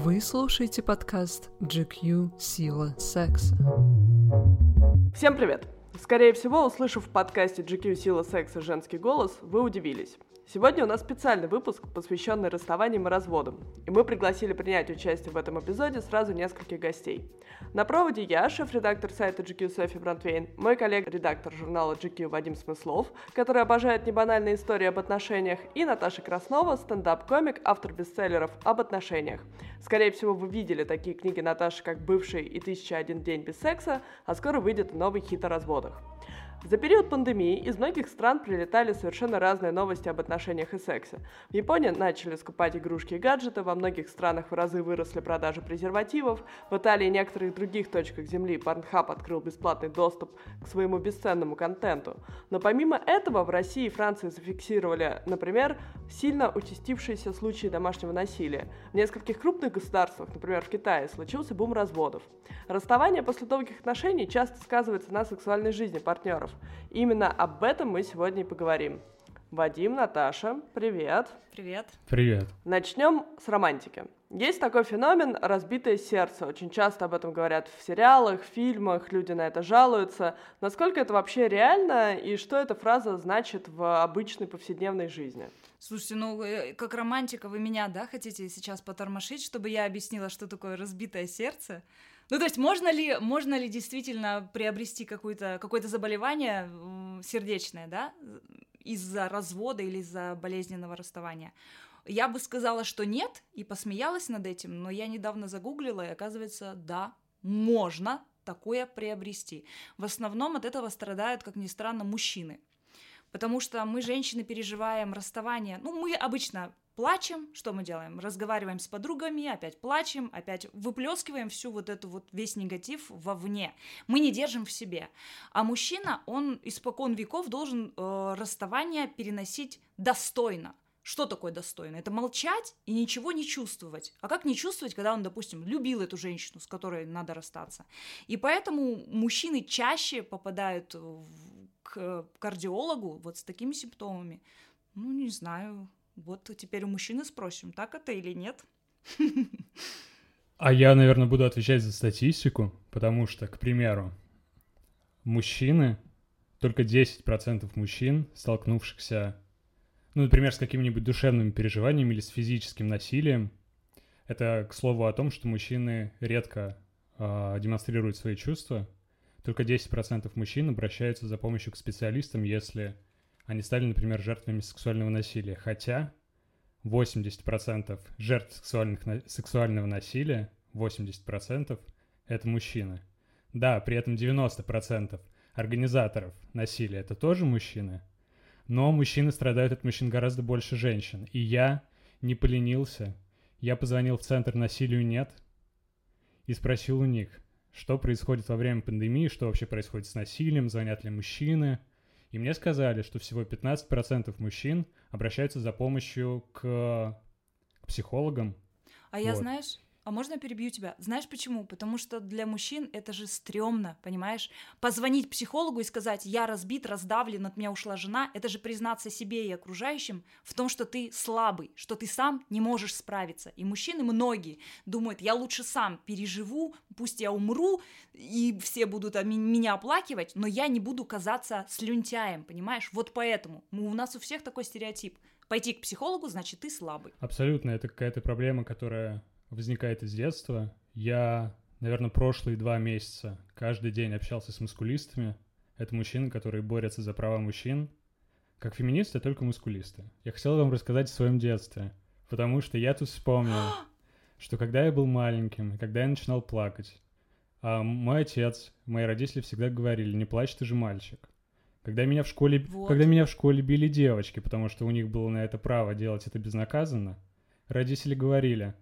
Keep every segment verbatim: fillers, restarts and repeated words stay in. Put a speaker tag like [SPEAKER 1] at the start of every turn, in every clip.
[SPEAKER 1] Вы слушаете подкаст джи кью «Сила секса».
[SPEAKER 2] Всем привет! Скорее всего, услышав в подкасте джи кью «Сила секса» женский голос, вы удивились. Сегодня у нас специальный выпуск, посвященный расставаниям и разводам, и мы пригласили принять участие в этом эпизоде сразу нескольких гостей. На проводе я, шеф-редактор сайта джи кью Софья Брандвейн, мой коллега-редактор журнала джи кью Вадим Смыслов, который обожает небанальные истории об отношениях, и Наташа Краснова, стендап-комик, автор бестселлеров об отношениях. Скорее всего, вы видели такие книги Наташи, как «Бывший» и «Тысяча один день без секса», а скоро выйдет новый хит о разводах. За период пандемии из многих стран прилетали совершенно разные новости об отношениях и сексе. В Японии начали скупать игрушки и гаджеты, во многих странах в разы выросли продажи презервативов, в Италии и некоторых других точках земли Pornhub открыл бесплатный доступ к своему бесценному контенту. Но помимо этого в России и Франции зафиксировали, например, сильно участившиеся случаи домашнего насилия. В нескольких крупных государствах, например, в Китае, случился бум разводов. Расставание после долгих отношений часто сказывается на сексуальной жизни партнеров. Именно об этом мы сегодня и поговорим. Вадим, Наташа, привет.
[SPEAKER 3] Привет.
[SPEAKER 4] Привет.
[SPEAKER 2] Начнем с романтики. Есть такой феномен «разбитое сердце». Очень часто об этом говорят в сериалах, фильмах, люди на это жалуются. Насколько это вообще реально и что эта фраза значит в обычной повседневной жизни?
[SPEAKER 3] Слушайте, ну, как романтика вы меня, да, хотите сейчас потормошить, чтобы я объяснила, что такое разбитое сердце? Ну, то есть можно ли, можно ли действительно приобрести какое-то, какое-то заболевание сердечное, да, из-за развода или из-за болезненного расставания? Я бы сказала, что нет, и посмеялась над этим, но я недавно загуглила, и оказывается, да, можно такое приобрести. В основном от этого страдают, как ни странно, мужчины. Потому что мы, женщины, переживаем расставание. Ну, мы обычно плачем, что мы делаем? Разговариваем с подругами, опять плачем, опять выплескиваем всю вот эту вот весь негатив вовне. Мы не держим в себе. А мужчина, он испокон веков должен э, расставание переносить достойно. Что такое достойно? Это молчать и ничего не чувствовать. А как не чувствовать, когда он, допустим, любил эту женщину, с которой надо расстаться? И поэтому мужчины чаще попадают в к кардиологу вот с такими симптомами. Ну, не знаю. Вот теперь у мужчины спросим, так это или нет.
[SPEAKER 4] А я, наверное, буду отвечать за статистику, потому что, к примеру, мужчины, только десять процентов мужчин, столкнувшихся, ну, например, с какими-нибудь душевными переживаниями или с физическим насилием, это, к слову, о том, что мужчины редко э, демонстрируют свои чувства. Только десять процентов мужчин обращаются за помощью к специалистам, если они стали, например, жертвами сексуального насилия. Хотя восемьдесят процентов жертв сексуальных, сексуального насилия, восемьдесят процентов это мужчины. Да, при этом девяносто процентов организаторов насилия это тоже мужчины, но мужчины страдают от мужчин гораздо больше женщин. И я не поленился, я позвонил в центр «Насилию нет» и спросил у них, что происходит во время пандемии, что вообще происходит с насилием, звонят ли мужчины. И мне сказали, что всего пятнадцать процентов мужчин обращаются за помощью к, к психологам.
[SPEAKER 3] А вот. Я, знаешь, а можно я перебью тебя? Знаешь почему? Потому что для мужчин это же стрёмно, понимаешь? Позвонить психологу и сказать, я разбит, раздавлен, от меня ушла жена, это же признаться себе и окружающим в том, что ты слабый, что ты сам не можешь справиться. И мужчины многие думают, я лучше сам переживу, пусть я умру, и все будут меня оплакивать, но я не буду казаться слюнтяем, понимаешь? Вот поэтому у нас у всех такой стереотип. Пойти к психологу, значит, ты слабый.
[SPEAKER 4] Абсолютно, это какая-то проблема, которая возникает из детства. Я, наверное, прошлые два месяца каждый день общался с мускулистами. Это мужчины, которые борются за права мужчин. Как феминисты, только мускулисты. Я хотел вам рассказать о своем детстве, потому что я тут вспомнил, что когда я был маленьким, когда я начинал плакать, а мой отец, мои родители всегда говорили, не плачь, ты же мальчик. Когда меня в школе,
[SPEAKER 3] вот.
[SPEAKER 4] когда меня в школе били девочки, потому что у них было на это право делать это безнаказанно, родители говорили,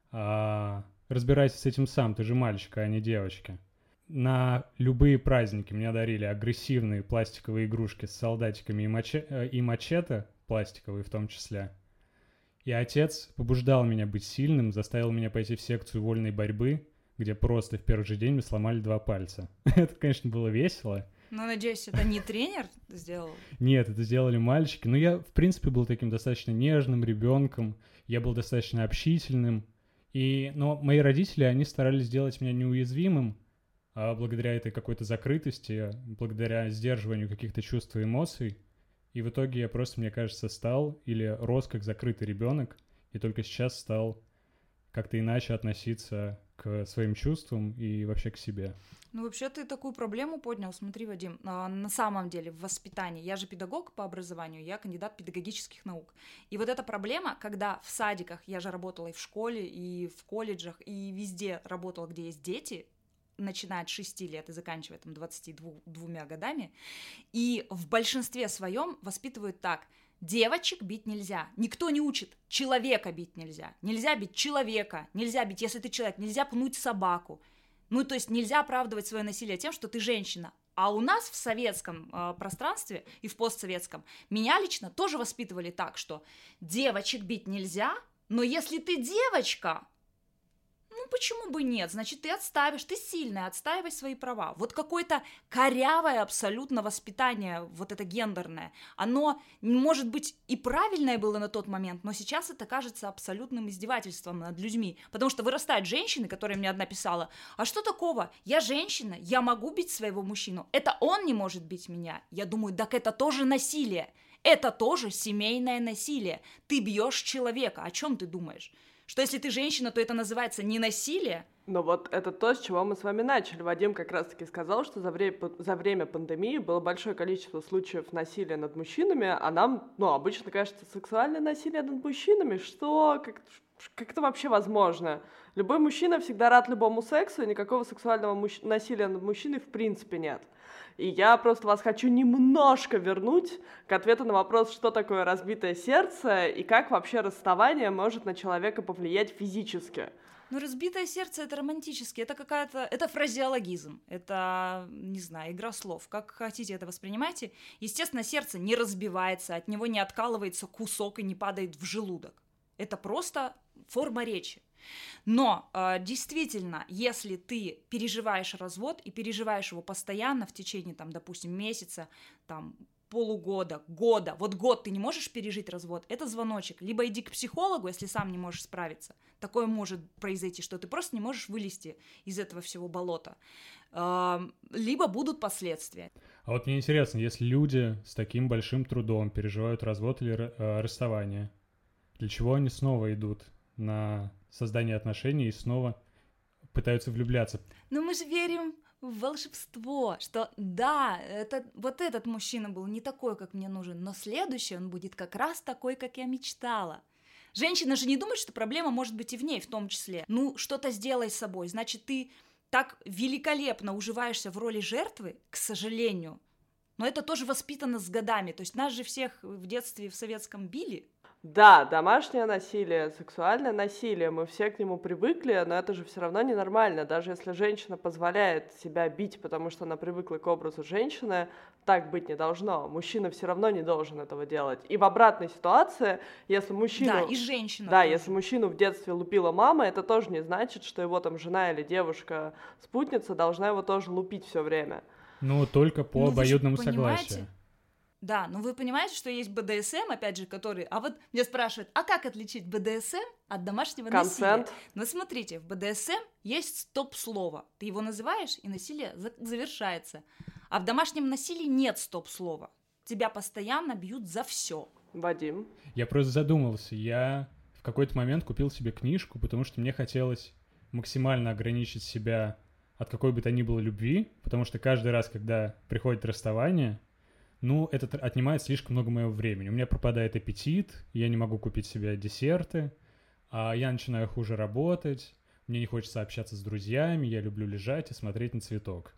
[SPEAKER 4] а, разбирайся с этим сам, ты же мальчик, а не девочка. На любые праздники мне дарили агрессивные пластиковые игрушки с солдатиками и, маче- и мачете, пластиковые в том числе. И отец побуждал меня быть сильным, заставил меня пойти в секцию вольной борьбы, где просто в первый же день мы сломали два пальца. Это, конечно, было весело.
[SPEAKER 3] Ну, надеюсь, это не тренер сделал?
[SPEAKER 4] Нет, это сделали мальчики. Но я, в принципе, был таким достаточно нежным ребенком. Я был достаточно общительным. И, но мои родители, они старались сделать меня неуязвимым, а благодаря этой какой-то закрытости, благодаря сдерживанию каких-то чувств и эмоций. И в итоге я просто, мне кажется, стал или рос как закрытый ребенок, и только сейчас стал как-то иначе относиться к своим чувствам и вообще к себе.
[SPEAKER 3] Ну, вообще ты такую проблему поднял, смотри, Вадим, а, на самом деле в воспитании. Я же педагог по образованию, я кандидат педагогических наук. И вот эта проблема, когда в садиках, я же работала и в школе, и в колледжах, и везде работала, где есть дети, начиная от шести лет и заканчивая там двадцатью двумя годами, и в большинстве своем воспитывают так: девочек бить нельзя, никто не учит, человека бить нельзя, нельзя бить человека, нельзя бить, если ты человек, нельзя пнуть собаку. Ну, то есть нельзя оправдывать свое насилие тем, что ты женщина. А у нас в советском э, пространстве и в постсоветском меня лично тоже воспитывали так, что девочек бить нельзя, но если ты девочка, ну, почему бы нет? Значит, ты отставишь, ты сильная, отстаивай свои права. Вот какое-то корявое абсолютно воспитание, вот это гендерное, оно, может быть, и правильное было на тот момент, но сейчас это кажется абсолютным издевательством над людьми, потому что вырастают женщины, которые мне одна писала: а что такого? Я женщина, я могу бить своего мужчину, это он не может бить меня. Я думаю, так это тоже насилие, это тоже семейное насилие. Ты бьешь человека, о чем ты думаешь? Что если ты женщина, то это называется не насилие?
[SPEAKER 2] Ну вот это то, с чего мы с вами начали. Вадим как раз-таки сказал, что за время, за время пандемии было большое количество случаев насилия над мужчинами, а нам, ну, обычно кажется, сексуальное насилие над мужчинами, что, как, как это вообще возможно? Любой мужчина всегда рад любому сексу, и никакого сексуального мужч... насилия над мужчиной в принципе нет. И я просто вас хочу немножко вернуть к ответу на вопрос, что такое разбитое сердце и как вообще расставание может на человека повлиять физически.
[SPEAKER 3] Ну, разбитое сердце — это романтически, это какая-то, это фразеологизм, это, не знаю, игра слов, как хотите это воспринимайте. Естественно, сердце не разбивается, от него не откалывается кусок и не падает в желудок. Это просто форма речи. Но э, действительно, если ты переживаешь развод и переживаешь его постоянно в течение, там, допустим, месяца, там, полугода, года, вот год ты не можешь пережить развод, это звоночек. Либо иди к психологу, если сам не можешь справиться. Такое может произойти, что ты просто не можешь вылезти из этого всего болота. Э, либо будут последствия.
[SPEAKER 4] А вот мне интересно, если люди с таким большим трудом переживают развод или э, расставание, для чего они снова идут на создание отношений и снова пытаются влюбляться?
[SPEAKER 3] Но мы же верим в волшебство, что да, это, вот этот мужчина был не такой, как мне нужен, но следующий он будет как раз такой, как я мечтала. Женщина же не думает, что проблема может быть и в ней в том числе. Ну, что-то сделай с собой. Значит, ты так великолепно уживаешься в роли жертвы, к сожалению. Но это тоже воспитано с годами. То есть нас же всех в детстве в советском били.
[SPEAKER 2] Да, домашнее насилие, сексуальное насилие, мы все к нему привыкли, но это же все равно ненормально. Даже если женщина позволяет себя бить, потому что она привыкла к образу женщины, так быть не должно. Мужчина все равно не должен этого делать. И в обратной ситуации, если мужчину...
[SPEAKER 3] Да, и женщина
[SPEAKER 2] Да,
[SPEAKER 3] тоже.
[SPEAKER 2] если мужчину в детстве лупила мама, это тоже не значит, что его там жена или девушка, спутница должна его тоже лупить все время.
[SPEAKER 4] Ну, только по
[SPEAKER 3] Ну,
[SPEAKER 4] обоюдному
[SPEAKER 3] вы же понимаете?
[SPEAKER 4] согласию.
[SPEAKER 3] Да, но вы понимаете, что есть бэ дэ эс эм, опять же, который... А вот меня спрашивают, а как отличить бэ дэ эс эм от домашнего
[SPEAKER 2] Консент.
[SPEAKER 3] насилия? Ну, смотрите, в бэ дэ эс эм есть стоп-слово. Ты его называешь, и насилие за- завершается. А в домашнем насилии нет стоп-слова. Тебя постоянно бьют за все.
[SPEAKER 2] Вадим.
[SPEAKER 4] Я просто задумался. Я в какой-то момент купил себе книжку, потому что мне хотелось максимально ограничить себя от какой бы то ни было любви, потому что каждый раз, когда приходит расставание, ну, это отнимает слишком много моего времени. У меня пропадает аппетит, я не могу купить себе десерты, а я начинаю хуже работать, мне не хочется общаться с друзьями, я люблю лежать и смотреть на цветок.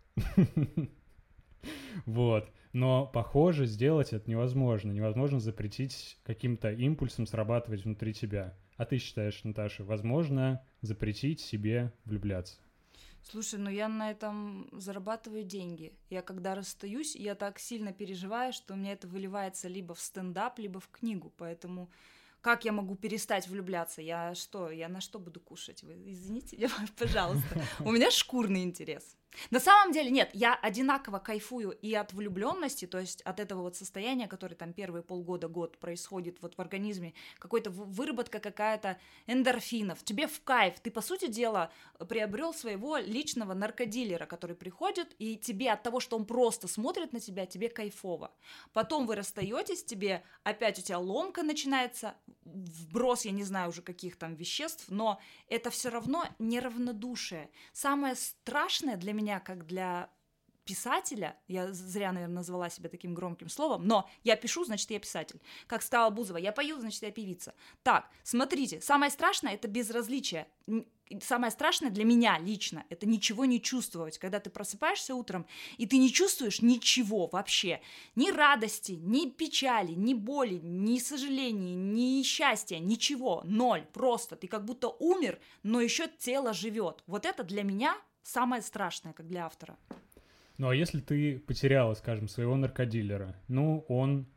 [SPEAKER 4] Вот. Но, похоже, сделать это невозможно. Невозможно запретить каким-то импульсом срабатывать внутри тебя. А ты считаешь, Наташа, возможно запретить себе влюбляться?
[SPEAKER 3] Слушай, ну я на этом зарабатываю деньги. Я когда расстаюсь, я так сильно переживаю, что у меня это выливается либо в стендап, либо в книгу. Поэтому как я могу перестать влюбляться? Я что? Я на что буду кушать? Вы извините меня, пожалуйста. У меня шкурный интерес. На самом деле, нет, я одинаково кайфую и от влюбленности, то есть от этого вот состояния, которое там первые полгода, год происходит вот в организме, какой-то выработка какая-то эндорфинов, тебе в кайф, ты, по сути дела, приобрел своего личного наркодилера, который приходит, и тебе от того, что он просто смотрит на тебя, тебе кайфово. Потом вы расстаетесь, тебе опять у тебя ломка начинается, вброс, я не знаю уже каких там веществ, но это все равно неравнодушие. Самое страшное для меня, как для писателя, я зря, наверное, назвала себя таким громким словом, но я пишу, значит, я писатель. Как сказала Бузова, я пою, значит, я певица. Так, смотрите, самое страшное — это безразличие. Самое страшное для меня лично — это ничего не чувствовать, когда ты просыпаешься утром, и ты не чувствуешь ничего вообще, ни радости, ни печали, ни боли, ни сожалений, ни счастья, ничего, ноль, просто ты как будто умер, но еще тело живет. Вот это для меня самое страшное, как для автора.
[SPEAKER 4] Ну, а если ты потеряла, скажем, своего наркодилера, ну, он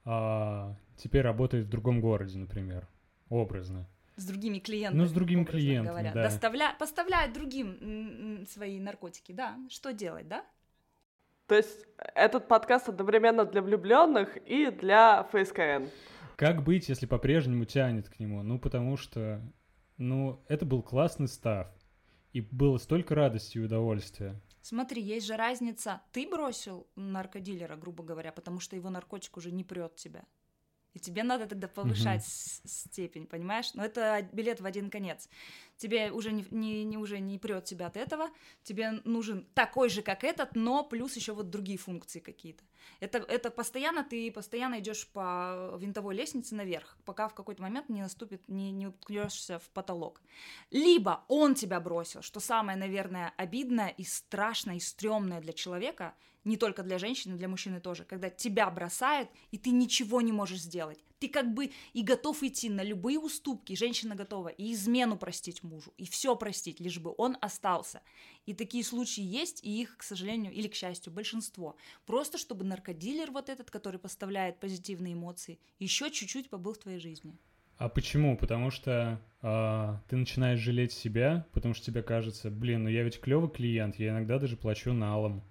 [SPEAKER 4] а, теперь работает в другом городе, например, образно.
[SPEAKER 3] С другими клиентами.
[SPEAKER 4] Ну, с другими клиентами,
[SPEAKER 3] говоря.
[SPEAKER 4] да.
[SPEAKER 3] Доставля... Поставляет другим м- м- свои наркотики, да. Что делать, да?
[SPEAKER 2] То есть этот подкаст одновременно для влюбленных и для ФСКН.
[SPEAKER 4] Как быть, если по-прежнему тянет к нему? Ну, потому что, ну, это был классный став. И было столько радости и удовольствия.
[SPEAKER 3] Смотри, есть же разница. Ты бросил наркодилера, грубо говоря, потому что его наркотик уже не прет тебя. И тебе надо тогда повышать mm-hmm. степень, понимаешь? Но это билет в один конец. Тебе уже не, не, не, уже не прет тебя от этого, тебе нужен такой же, как этот, но плюс еще вот другие функции какие-то. Это, это постоянно, ты постоянно идешь по винтовой лестнице наверх, пока в какой-то момент не наступит, не, не уткнешься в потолок. Либо он тебя бросил, что самое, наверное, обидное и страшное, и стрёмное для человека, не только для женщины, для мужчины тоже, когда тебя бросают, и ты ничего не можешь сделать. Ты как бы и готов идти на любые уступки, женщина готова и измену простить мужу, и все простить, лишь бы он остался. И такие случаи есть, и их, к сожалению, или к счастью, большинство. Просто чтобы наркодилер вот этот, который поставляет позитивные эмоции, еще чуть-чуть побыл в твоей жизни.
[SPEAKER 4] А почему? Потому что э, ты начинаешь жалеть себя, потому что тебе кажется, блин, ну я ведь клевый клиент, я иногда даже плачу налом.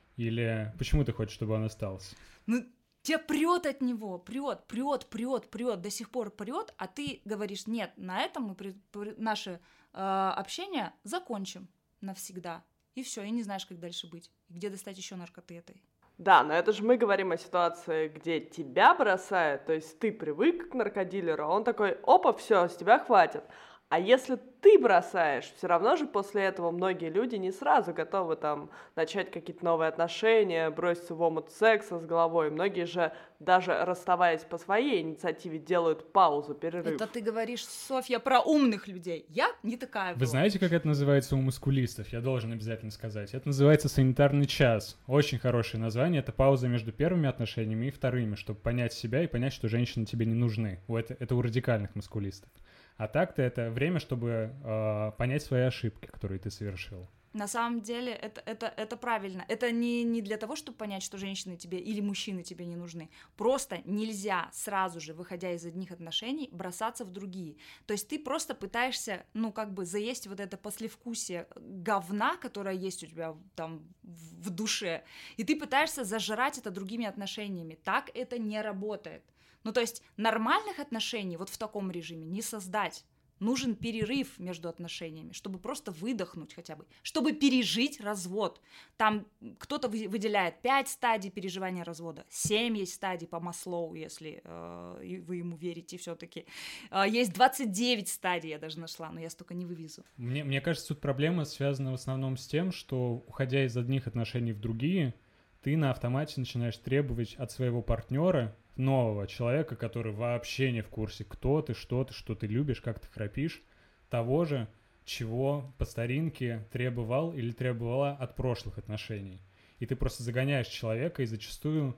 [SPEAKER 4] Или почему ты хочешь, чтобы он остался?
[SPEAKER 3] Ну, тебя прет от него, прет, прет, прет, прет, до сих пор прет, а ты говоришь, нет, на этом мы при, при, наше э, общение закончим навсегда. И все, и не знаешь, как дальше быть. Где достать еще наркоты этой.
[SPEAKER 2] Да, но это же мы говорим о ситуации, где тебя бросает, то есть ты привык к наркодилеру, а он такой, опа, все, с тебя хватит. А если ты бросаешь, все равно же после этого многие люди не сразу готовы там начать какие-то новые отношения, броситься в омут секса с головой. Многие же, даже расставаясь по своей инициативе, делают паузу, перерыв.
[SPEAKER 3] Это ты говоришь, Софья, про умных людей. Я не такая была.
[SPEAKER 4] Вы знаете, как это называется у мускулистов? Я должен обязательно сказать. Это называется санитарный час. Очень хорошее название. Это пауза между первыми отношениями и вторыми, чтобы понять себя и понять, что женщины тебе не нужны. Это, это у радикальных мускулистов. А так-то это время, чтобы э, понять свои ошибки, которые ты совершил.
[SPEAKER 3] На самом деле это, это, это правильно. Это не, не для того, чтобы понять, что женщины тебе или мужчины тебе не нужны. Просто нельзя сразу же, выходя из одних отношений, бросаться в другие. То есть ты просто пытаешься, ну, как бы заесть вот это послевкусие говна, которое есть у тебя там в душе, и ты пытаешься зажрать это другими отношениями. Так это не работает. Ну, то есть нормальных отношений вот в таком режиме не создать. Нужен перерыв между отношениями, чтобы просто выдохнуть хотя бы, чтобы пережить развод. Там кто-то выделяет пять стадий переживания развода, семь есть стадий по Маслоу, если э, вы ему верите все-таки. Э, есть двадцать девять стадий, я даже нашла, но я столько не вывезу.
[SPEAKER 4] Мне, мне кажется, тут проблема связана в основном с тем, что, уходя из одних отношений в другие, ты на автомате начинаешь требовать от своего партнера, нового человека, который вообще не в курсе, кто ты, что ты, что ты любишь, как ты храпишь, того же, чего по старинке требовал или требовала от прошлых отношений. И ты просто загоняешь человека, и зачастую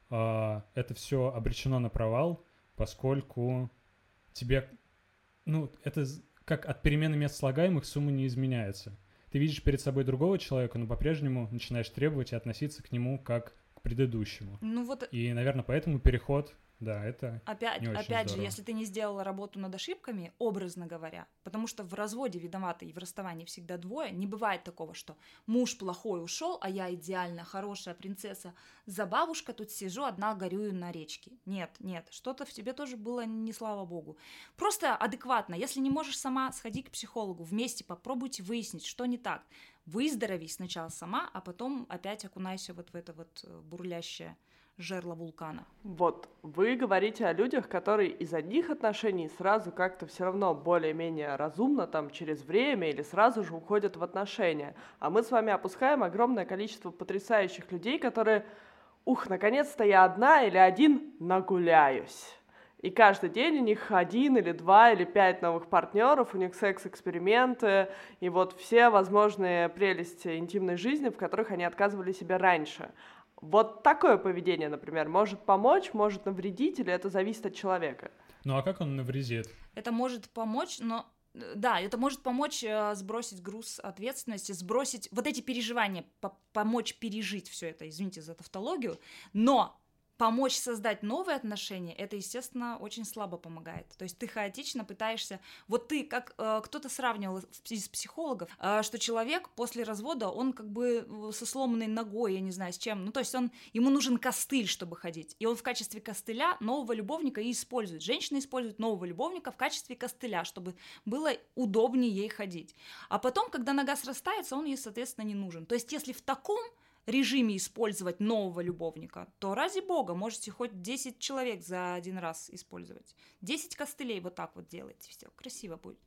[SPEAKER 4] э, это все обречено на провал, поскольку тебе, ну, это как от перемены мест слагаемых сумма не изменяется. Ты видишь перед собой другого человека, но по-прежнему начинаешь требовать и относиться к нему как предыдущему.
[SPEAKER 3] Ну вот...
[SPEAKER 4] И, наверное, поэтому переход Да, это
[SPEAKER 3] Опять,
[SPEAKER 4] не очень
[SPEAKER 3] опять же,
[SPEAKER 4] здорово.
[SPEAKER 3] если ты не сделала работу над ошибками, образно говоря, потому что в разводе виноваты и в расставании всегда двое, не бывает такого, что муж плохой ушел, а я идеальная, хорошая принцесса, за бабушка тут сижу, одна горюю на речке. Нет, нет, что-то в тебе тоже было не слава богу. Просто адекватно, если не можешь сама, сходи к психологу, вместе попробуйте выяснить, что не так. Выздорови сначала сама, а потом опять окунайся вот в это вот бурлящее жерло вулкана.
[SPEAKER 2] Вот, вы говорите о людях, которые из одних отношений сразу как-то все равно более-менее разумно, там, через время или сразу же уходят в отношения. А мы с вами опускаем огромное количество потрясающих людей, которые, ух, наконец-то я одна или один нагуляюсь. И каждый день у них один или два или пять новых партнеров, у них секс-эксперименты и вот все возможные прелести интимной жизни, в которых они отказывали себе раньше. Вот такое поведение, например, может помочь, может навредить, или это зависит от человека?
[SPEAKER 4] Ну а как он навредит?
[SPEAKER 3] Это может помочь, но да, это может помочь э, сбросить груз ответственности, сбросить вот эти переживания, по- помочь пережить все это, извините за тавтологию, но помочь создать новые отношения, это, естественно, очень слабо помогает. То есть ты хаотично пытаешься... Вот ты, как э, кто-то сравнивал из психологов, э, что человек после развода, он как бы со сломанной ногой, я не знаю, с чем. Ну, то есть он, ему нужен костыль, чтобы ходить. И он в качестве костыля нового любовника и использует. Женщина использует нового любовника в качестве костыля, чтобы было удобнее ей ходить. А потом, когда нога срастается, он ей, соответственно, не нужен. То есть если в таком режиме использовать нового любовника, то ради бога, можете хоть десять человек за один раз использовать. десять костылей вот так вот делайте, все красиво будет.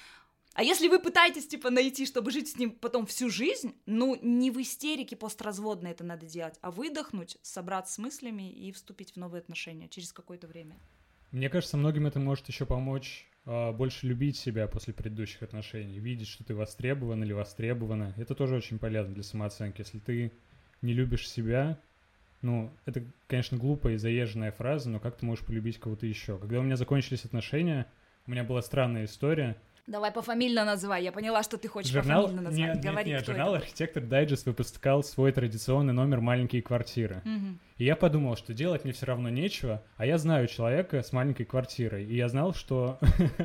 [SPEAKER 3] А если вы пытаетесь, типа, найти, чтобы жить с ним потом всю жизнь, ну, не в истерике постразводной это надо делать, а выдохнуть, собраться с мыслями и вступить в новые отношения через какое-то время.
[SPEAKER 4] Мне кажется, многим это может еще помочь а, больше любить себя после предыдущих отношений, видеть, что ты востребован или востребована. Это тоже очень полезно для самооценки. Если ты не любишь себя, ну, это, конечно, глупая и заезженная фраза, но как ты можешь полюбить кого-то еще? Когда у меня закончились отношения, у меня была странная история.
[SPEAKER 3] Давай пофамильно называй, я поняла, что ты хочешь
[SPEAKER 4] Журнал...
[SPEAKER 3] пофамильно назвать.
[SPEAKER 4] Нет,
[SPEAKER 3] Говори,
[SPEAKER 4] нет, нет,
[SPEAKER 3] кто
[SPEAKER 4] журнал
[SPEAKER 3] это?
[SPEAKER 4] «Архитектор Дайджест» выпускал свой традиционный номер «Маленькие квартиры».
[SPEAKER 3] Мгм.
[SPEAKER 4] И я подумал, что делать мне все равно нечего, а я знаю человека с маленькой квартирой, и я знал, что...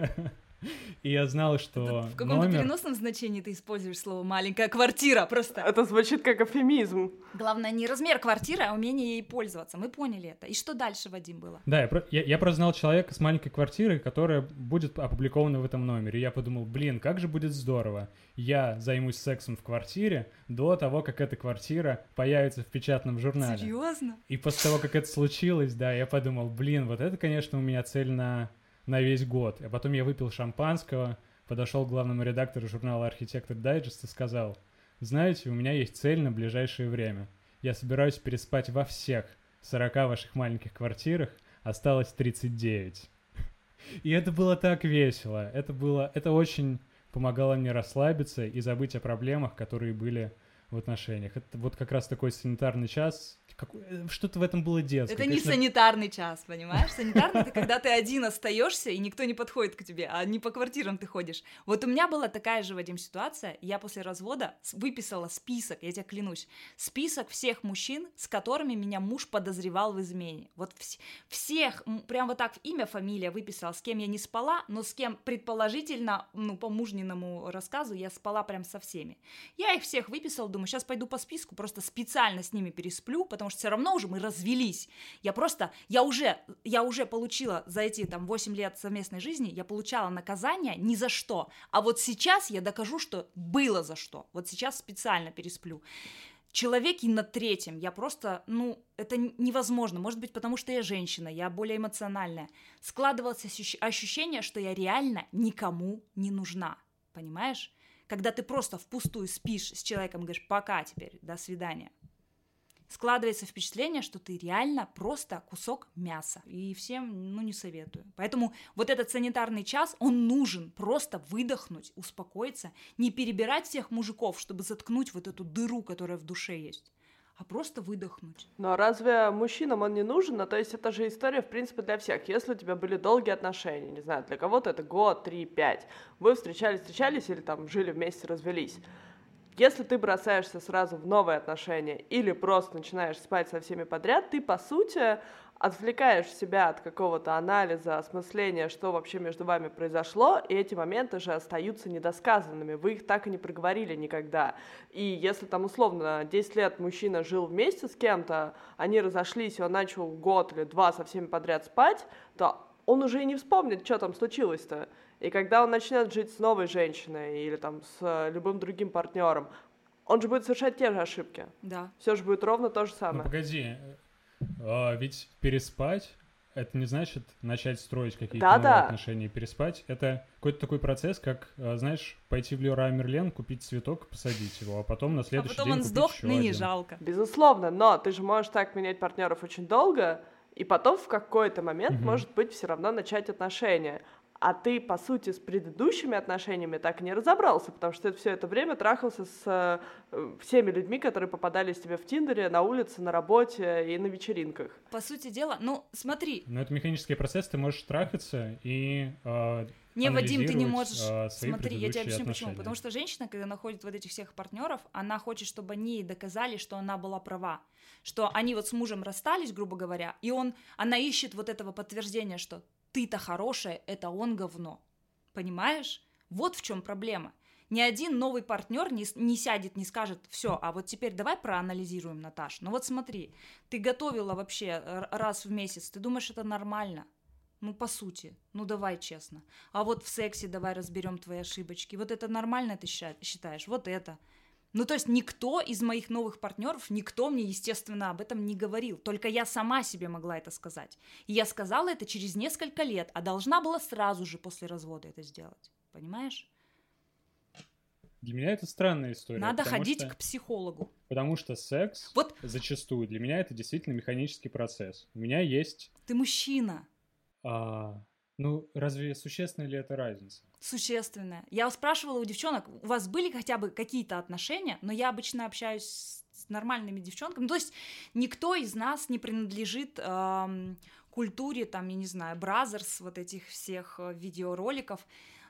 [SPEAKER 4] И я знал, что
[SPEAKER 3] В каком-то
[SPEAKER 4] номер...
[SPEAKER 3] переносном значении ты используешь слово «маленькая квартира» просто.
[SPEAKER 2] Это звучит как эвфемизм.
[SPEAKER 3] Главное, не размер квартиры, а умение ей пользоваться. Мы поняли это. И что дальше, Вадим, было?
[SPEAKER 4] Да, я, про- я, я просто знал человека с маленькой квартирой, которая будет опубликована в этом номере. И я подумал, блин, как же будет здорово. Я займусь сексом в квартире до того, как эта квартира появится в печатном журнале.
[SPEAKER 3] Серьезно?
[SPEAKER 4] И после того, как это случилось, да, я подумал, блин, вот это, конечно, у меня цель на, на весь год. А потом я выпил шампанского, подошел к главному редактору журнала «Архитектор Дайджест» и сказал, знаете, у меня есть цель на ближайшее время. Я собираюсь переспать во всех сорока ваших маленьких квартирах, осталось тридцать девять. И это было так весело. Это было, это очень помогало мне расслабиться и забыть о проблемах, которые были в отношениях. Это вот как раз такой санитарный час. Какой, что-то в этом было детское.
[SPEAKER 3] Это не
[SPEAKER 4] Конечно,
[SPEAKER 3] санитарный час, понимаешь? Санитарный — это когда ты один остаешься, и никто не подходит к тебе, а не по квартирам ты ходишь. Вот у меня была такая же, Вадим, ситуация. Я после развода с- выписала список, я тебе клянусь, список всех мужчин, с которыми меня муж подозревал в измене. Вот вс- всех, м, прям вот так имя, фамилия выписала, с кем я не спала, но с кем предположительно, ну, по мужниному рассказу, я спала прям со всеми. Я их всех выписала, думаю, сейчас пойду по списку, просто специально с ними пересплю, потому что все равно уже мы развелись. Я просто, я уже, я уже получила за эти там восемь лет совместной жизни, я получала наказание ни за что. А вот сейчас я докажу, что было за что. Вот сейчас специально пересплю. Человек и на третьем, я просто, ну, это невозможно. Может быть, потому что я женщина, я более эмоциональная. Складывалось ощущ- ощущение, что я реально никому не нужна. Понимаешь? Когда ты просто впустую спишь с человеком, говоришь, пока теперь, до свидания. Складывается впечатление, что ты реально просто кусок мяса. И всем, ну, не советую. Поэтому вот этот санитарный час, он нужен. Просто выдохнуть, успокоиться, не перебирать всех мужиков, чтобы заткнуть вот эту дыру, которая в душе есть, а просто выдохнуть.
[SPEAKER 2] Но разве мужчинам он не нужен? Ну, то есть это же история, в принципе, для всех. Если у тебя были долгие отношения, не знаю, для кого-то это год, три, пять, вы встречались, встречались или там жили вместе, развелись. Если ты бросаешься сразу в новые отношения или просто начинаешь спать со всеми подряд, ты, по сути, отвлекаешь себя от какого-то анализа, осмысления, что вообще между вами произошло, и эти моменты же остаются недосказанными, вы их так и не проговорили никогда. И если там условно десять лет мужчина жил вместе с кем-то, они разошлись, и он начал год или два со всеми подряд спать, то он уже и не вспомнит, что там случилось-то. И когда он начнет жить с новой женщиной или там с любым другим партнером, он же будет совершать те же ошибки.
[SPEAKER 3] Да.
[SPEAKER 2] Все же будет ровно то же самое.
[SPEAKER 4] Ну, погоди, а, ведь переспать — это не значит начать строить какие-то
[SPEAKER 2] да,
[SPEAKER 4] новые
[SPEAKER 2] да.
[SPEAKER 4] отношения. Переспать — это какой-то такой процесс, как, знаешь, пойти в Леруа Мерлен, купить цветок, посадить его, а потом на следующий
[SPEAKER 3] а потом
[SPEAKER 4] день
[SPEAKER 3] он
[SPEAKER 4] купить
[SPEAKER 3] сдох,
[SPEAKER 4] еще
[SPEAKER 3] ныне
[SPEAKER 4] один.
[SPEAKER 3] жалко.
[SPEAKER 2] Безусловно, но ты же можешь так менять партнеров очень долго, и потом в какой-то момент,
[SPEAKER 4] Мгм.
[SPEAKER 2] может быть, все равно начать отношения. А ты, по сути, с предыдущими отношениями так и не разобрался, потому что ты все это время трахался с э, всеми людьми, которые попадались тебе в Тиндере, на улице, на работе и на вечеринках.
[SPEAKER 3] По сути дела, ну, смотри.
[SPEAKER 4] Но это механический процесс, ты можешь трахаться и э,
[SPEAKER 3] Не, Вадим, ты не
[SPEAKER 4] анализировать,
[SPEAKER 3] можешь.
[SPEAKER 4] э, свои
[SPEAKER 3] Смотри, я тебе
[SPEAKER 4] предыдущие
[SPEAKER 3] объясню
[SPEAKER 4] отношения.
[SPEAKER 3] почему. Потому что женщина, когда находит вот этих всех партнеров, она хочет, чтобы они ей доказали, что она была права. Что они вот с мужем расстались, грубо говоря, и он, она ищет вот этого подтверждения, что ты-то хорошая, это он говно. Понимаешь? Вот в чем проблема. Ни один новый партнер не, не сядет, не скажет, все, а вот теперь давай проанализируем, Наташ. Ну вот смотри, ты готовила вообще раз в месяц, ты думаешь, это нормально? Ну, по сути, ну давай честно. А вот в сексе давай разберем твои ошибочки. Вот это нормально ты считаешь? Вот это. Ну, то есть никто из моих новых партнеров, никто мне, естественно, об этом не говорил. Только я сама себе могла это сказать. И я сказала это через несколько лет, а должна была сразу же после развода это сделать. Понимаешь?
[SPEAKER 4] Для меня это странная история.
[SPEAKER 3] Надо
[SPEAKER 4] потому
[SPEAKER 3] ходить
[SPEAKER 4] что,
[SPEAKER 3] к психологу.
[SPEAKER 4] Потому что секс
[SPEAKER 3] Вот
[SPEAKER 4] зачастую для меня это действительно механический процесс. У меня есть...
[SPEAKER 3] ты мужчина.
[SPEAKER 4] А, ну, разве существенна ли эта разница?
[SPEAKER 3] Существенное. Я спрашивала у девчонок, у вас были хотя бы какие-то отношения, но я обычно общаюсь с нормальными девчонками. Ну, то есть никто из нас не принадлежит эм, культуре, там, я не знаю, бразерс, вот этих всех э, видеороликов.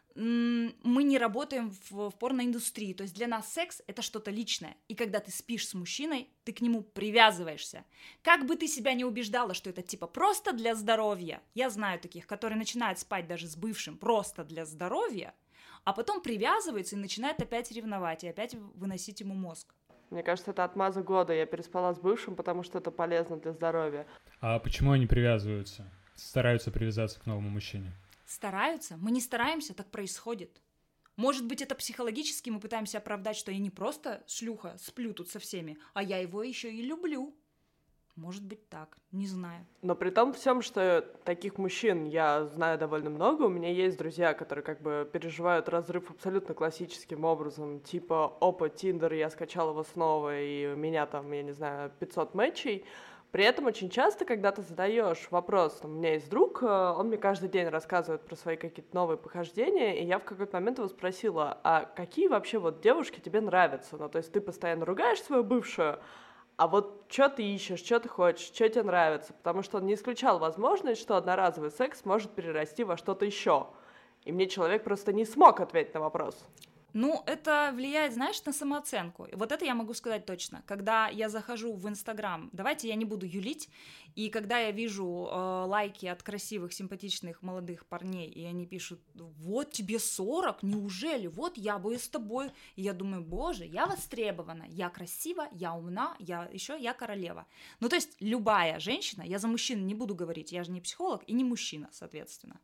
[SPEAKER 3] М- мы не работаем в, в порноиндустрии, то есть для нас секс — это что-то личное. И когда ты спишь с мужчиной, ты к нему привязываешься. Как бы ты себя не убеждала, что это типа просто для здоровья. Я знаю таких, которые начинают спать даже с бывшим просто для здоровья, а потом привязываются и начинают опять ревновать и опять выносить ему мозг.
[SPEAKER 2] Мне кажется, это отмаза года. Я переспала с бывшим, потому что это полезно для здоровья.
[SPEAKER 4] А почему они привязываются? Стараются привязаться к новому мужчине?
[SPEAKER 3] Стараются? Мы не стараемся, так происходит. Может быть, это психологически мы пытаемся оправдать, что я не просто шлюха, сплю тут со всеми, а я его еще и люблю. Может быть так, не знаю.
[SPEAKER 2] Но при том всем, что таких мужчин я знаю довольно много, у меня есть друзья, которые как бы переживают разрыв абсолютно классическим образом, типа, опа, Тиндер, я скачал его снова, и у меня там, я не знаю, пятьсот матчей. При этом очень часто, когда ты задаешь вопрос, там, у меня есть друг, он мне каждый день рассказывает про свои какие-то новые похождения, и я в какой-то момент его спросила, а какие вообще вот девушки тебе нравятся? Ну, то есть ты постоянно ругаешь свою бывшую, а вот что ты ищешь, что ты хочешь, что тебе нравится? Потому что он не исключал возможность, что одноразовый секс может перерасти во что-то еще. И мне человек просто не смог ответить на вопрос.
[SPEAKER 3] Ну, это влияет, знаешь, на самооценку. И вот это я могу сказать точно. Когда я захожу в Инстаграм, давайте я не буду юлить, и когда я вижу э, лайки от красивых, симпатичных молодых парней, и они пишут, вот тебе сорок, неужели? Вот я бы с тобой. И я думаю, боже, я востребована, я красива, я умна, я еще я королева. Ну, то есть любая женщина, я за мужчин не буду говорить, я же не психолог и не мужчина, соответственно.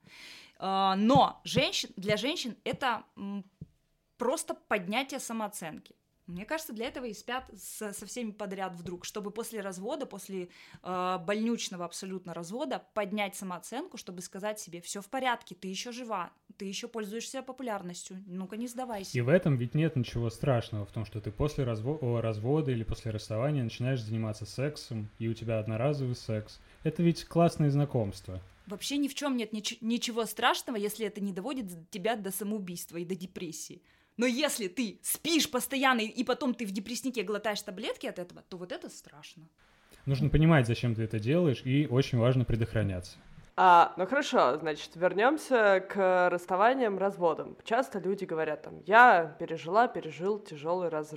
[SPEAKER 3] Э, но женщин, для женщин это... М, просто поднятие самооценки. Мне кажется, для этого и спят со, со всеми подряд вдруг, чтобы после развода, после э, больничного абсолютно развода поднять самооценку, чтобы сказать себе, все в порядке, ты еще жива, ты еще пользуешься популярностью, ну-ка не сдавайся.
[SPEAKER 4] И в этом ведь нет ничего страшного, в том, что ты после разво- о, развода или после расставания начинаешь заниматься сексом, и у тебя одноразовый секс. Это ведь классные знакомства.
[SPEAKER 3] Вообще ни в чем нет нич- ничего страшного, если это не доводит тебя до самоубийства и до депрессии. Но если ты спишь постоянно, и потом ты в депресснике глотаешь таблетки от этого, то вот это страшно.
[SPEAKER 4] Нужно понимать, зачем ты это делаешь, и очень важно предохраняться.
[SPEAKER 2] А, ну хорошо, значит, вернемся к расставаниям, разводам. Часто люди говорят там, я пережила, пережил тяжелый разрыв.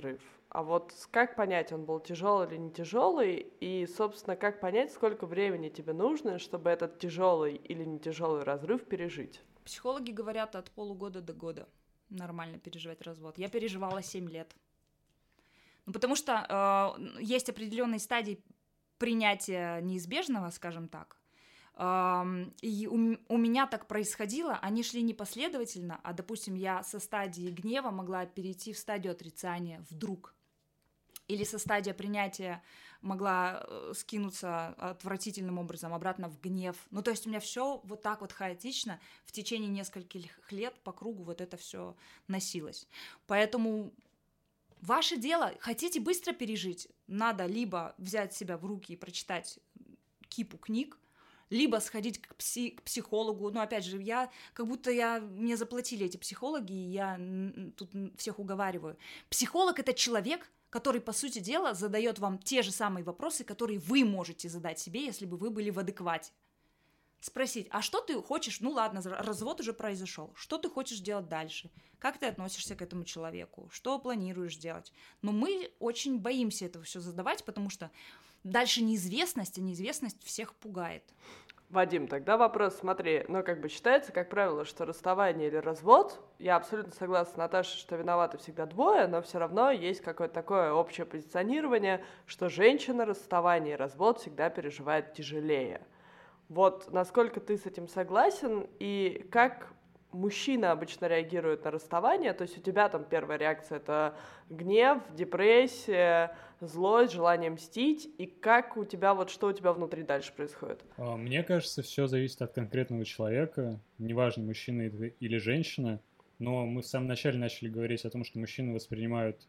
[SPEAKER 2] А вот как понять, он был тяжелый или не тяжелый, и, собственно, как понять, сколько времени тебе нужно, чтобы этот тяжелый или не тяжелый разрыв пережить?
[SPEAKER 3] Психологи говорят от полугода до года нормально переживать развод. Я переживала семь лет. Ну, потому что э, есть определенные стадии принятия неизбежного, скажем так. Э, и у, у меня так происходило, они шли не последовательно, а, допустим, я со стадии гнева могла перейти в стадию отрицания вдруг. Или со стадии принятия могла э, скинуться отвратительным образом обратно в гнев. Ну, то есть у меня все вот так вот хаотично в течение нескольких лет по кругу вот это все носилось. Поэтому ваше дело, хотите быстро пережить, надо либо взять себя в руки и прочитать кипу книг, либо сходить к, пси- к психологу. Но опять же, я как будто я, мне заплатили эти психологи, и я н- тут всех уговариваю. Психолог — это человек, который, по сути дела, задает вам те же самые вопросы, которые вы можете задать себе, если бы вы были в адеквате. Спросить, а что ты хочешь? Ну ладно, развод уже произошел. Что ты хочешь делать дальше? Как ты относишься к этому человеку? Что планируешь делать? Но мы очень боимся этого все задавать, потому что дальше неизвестность, а неизвестность всех пугает.
[SPEAKER 2] Вадим, тогда вопрос, смотри, ну, как бы считается, как правило, что расставание или развод, я абсолютно согласна с Наташей, что виноваты всегда двое, но все равно есть какое-то такое общее позиционирование, что женщина расставание и развод всегда переживает тяжелее. Вот насколько ты с этим согласен, и как мужчина обычно реагирует на расставание? То есть у тебя там первая реакция — это гнев, депрессия, злость, желание мстить, и как у тебя, вот что у тебя внутри дальше происходит?
[SPEAKER 4] Мне кажется, все зависит от конкретного человека, неважно, мужчина или женщина, но мы в самом начале начали говорить о том, что мужчины воспринимают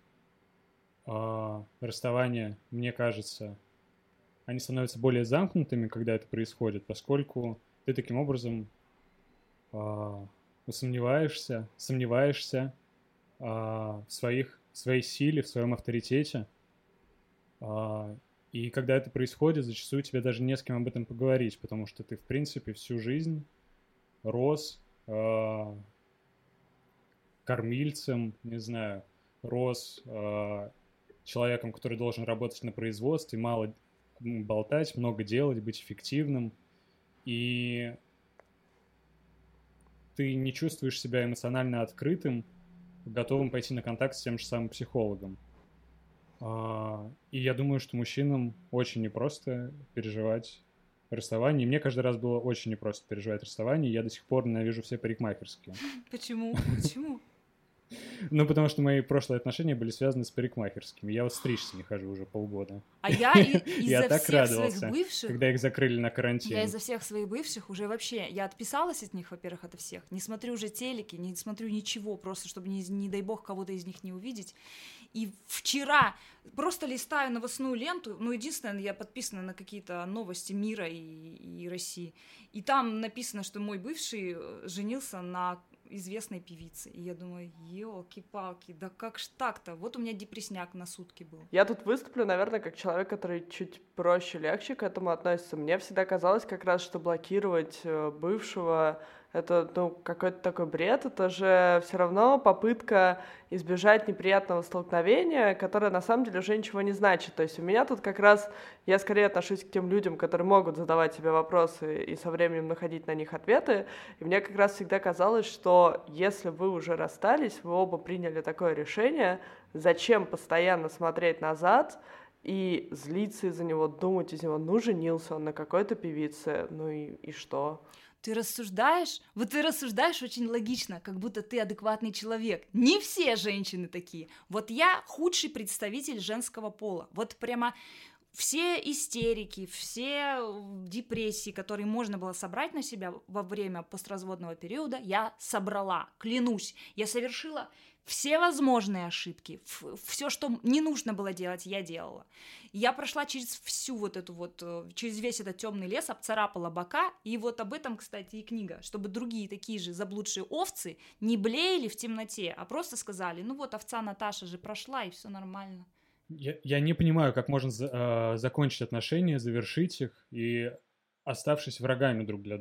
[SPEAKER 4] э, расставание, мне кажется, они становятся более замкнутыми, когда это происходит, поскольку ты таким образом э, сомневаешься, сомневаешься э, в своих, в своей силе, в своем авторитете. Э, и когда это происходит, зачастую тебе даже не с кем об этом поговорить, потому что ты, в принципе, всю жизнь рос э, кормильцем, не знаю, рос э, человеком, который должен работать на производстве, мало болтать, много делать, быть эффективным, и ты не чувствуешь себя эмоционально открытым, готовым пойти на контакт с тем же самым психологом. И я думаю, что мужчинам очень непросто переживать расставание. И мне каждый раз было очень непросто переживать расставание, и я до сих пор ненавижу все парикмахерские.
[SPEAKER 3] Почему? Почему?
[SPEAKER 4] Ну, потому что мои прошлые отношения были связаны с парикмахерскими. Я вот стричься не хожу уже полгода.
[SPEAKER 3] А я из-за всех своих бывших...
[SPEAKER 4] когда их закрыли на карантин.
[SPEAKER 3] Я из-за всех своих бывших уже вообще... Я отписалась от них, во-первых, от всех. Не смотрю уже телеки, не смотрю ничего, просто чтобы, не, не дай бог, кого-то из них не увидеть. И вчера просто листаю новостную ленту, ну, единственное, я подписана на какие-то новости мира и, и России, и там написано, что мой бывший женился на известной певицы. И я думаю, елки-палки, да как ж так-то? Вот у меня депрессняк на сутки был.
[SPEAKER 2] Я тут выступлю, наверное, как человек, который чуть проще, легче к этому относится. Мне всегда казалось как раз, что блокировать бывшего — это, ну, какой-то такой бред. Это же все равно попытка избежать неприятного столкновения, которое на самом деле уже ничего не значит. То есть у меня тут как раз, я скорее отношусь к тем людям, которые могут задавать себе вопросы и со временем находить на них ответы. И мне как раз всегда казалось, что если вы уже расстались, вы оба приняли такое решение, зачем постоянно смотреть назад и злиться из-за него, думать из него, ну, женился он на какой-то певице, ну и, и что?
[SPEAKER 3] Ты рассуждаешь, вот ты рассуждаешь очень логично, как будто ты адекватный человек. Не все женщины такие. Вот я худший представитель женского пола. Вот прямо все истерики, все депрессии, которые можно было собрать на себя во время постразводного периода, я собрала, клянусь. Я совершила все возможные ошибки, все, что не нужно было делать, я делала. Я прошла через всю вот эту вот, через весь этот темный лес, обцарапала бока, и вот об этом, кстати, и книга, чтобы другие такие же заблудшие овцы не блеяли в темноте, а просто сказали, ну вот овца Наташа же прошла, и все нормально.
[SPEAKER 4] Я, я не понимаю, как можно э, закончить отношения, завершить их, и оставшись врагами друг для друга.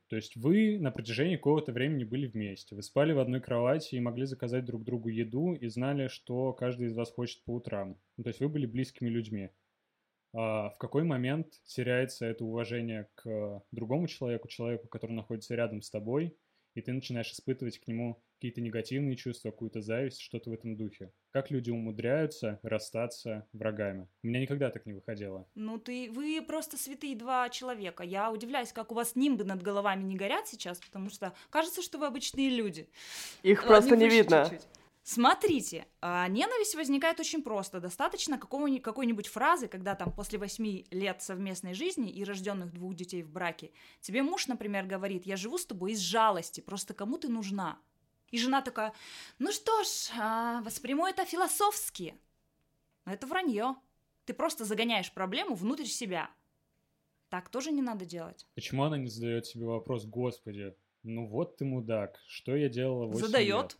[SPEAKER 4] То есть вы на протяжении какого-то времени были вместе, вы спали в одной кровати и могли заказать друг другу еду и знали, что каждый из вас хочет по утрам. Ну, то есть вы были близкими людьми. А в какой момент теряется это уважение к другому человеку, человеку, который находится рядом с тобой, и ты начинаешь испытывать к нему какие-то негативные чувства, какую-то зависть, что-то в этом духе. Как люди умудряются расстаться врагами? У меня никогда так не выходило.
[SPEAKER 3] Ну, ты, вы просто святые два человека. Я удивляюсь, как у вас нимбы над головами не горят сейчас, потому что кажется, что вы обычные люди.
[SPEAKER 2] Их просто не
[SPEAKER 3] выше
[SPEAKER 2] видно.
[SPEAKER 3] чуть-чуть. Смотрите, а, ненависть возникает очень просто. Достаточно какого-нибудь, какой-нибудь фразы, когда там после восьми лет совместной жизни и рожденных двух детей в браке, тебе муж, например, говорит: я живу с тобой из жалости, просто кому ты нужна? И жена такая: ну что ж, а, восприму это философски. Но это вранье. Ты просто загоняешь проблему внутрь себя. Так тоже не надо делать.
[SPEAKER 4] Почему она не задает себе вопрос: Господи, ну вот ты мудак, что я делала восемь лет?
[SPEAKER 3] Задает.